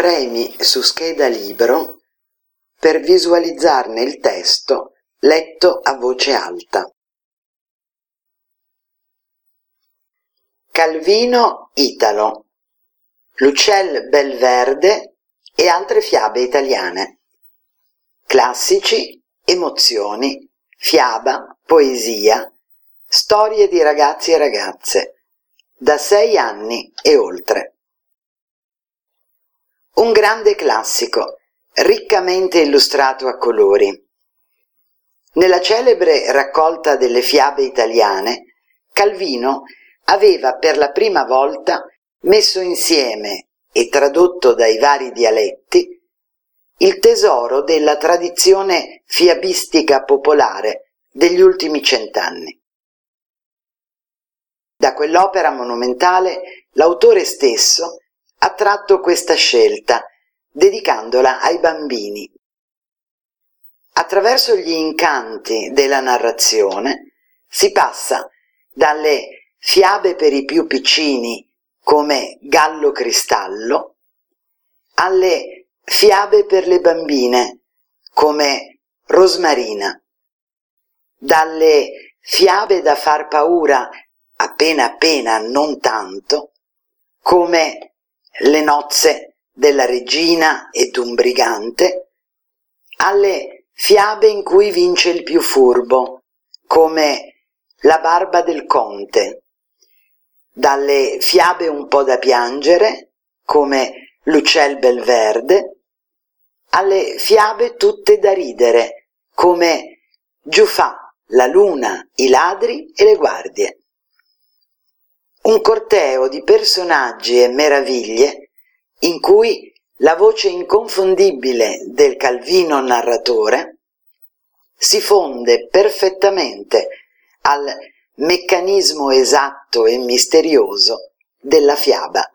Premi su scheda libro per visualizzarne il testo letto a voce alta. Calvino Italo, L'Uccel bel verde e altre fiabe italiane. Classici, emozioni, fiaba, poesia, storie di ragazzi e ragazze, da 6 anni e oltre. Un grande classico, riccamente illustrato a colori. Nella celebre raccolta delle fiabe italiane, Calvino aveva per la prima volta messo insieme e tradotto dai vari dialetti il tesoro della tradizione fiabistica popolare degli ultimi 100 anni. Da quell'opera monumentale l'autore stesso ha tratto questa scelta, dedicandola ai bambini. Attraverso gli incanti della narrazione si passa dalle fiabe per i più piccini come Gallo Cristallo alle fiabe per le bambine come Rosmarina, dalle fiabe da far paura appena appena non tanto come Le nozze della regina e d'un brigante, alle fiabe in cui vince il più furbo, come La barba del conte, dalle fiabe un po' da piangere, come L'Uccel bel verde, alle fiabe tutte da ridere, come Giufà, la luna, i ladri e le guardie. Un corteo di personaggi e meraviglie in cui la voce inconfondibile del Calvino narratore si fonde perfettamente al meccanismo esatto e misterioso della fiaba.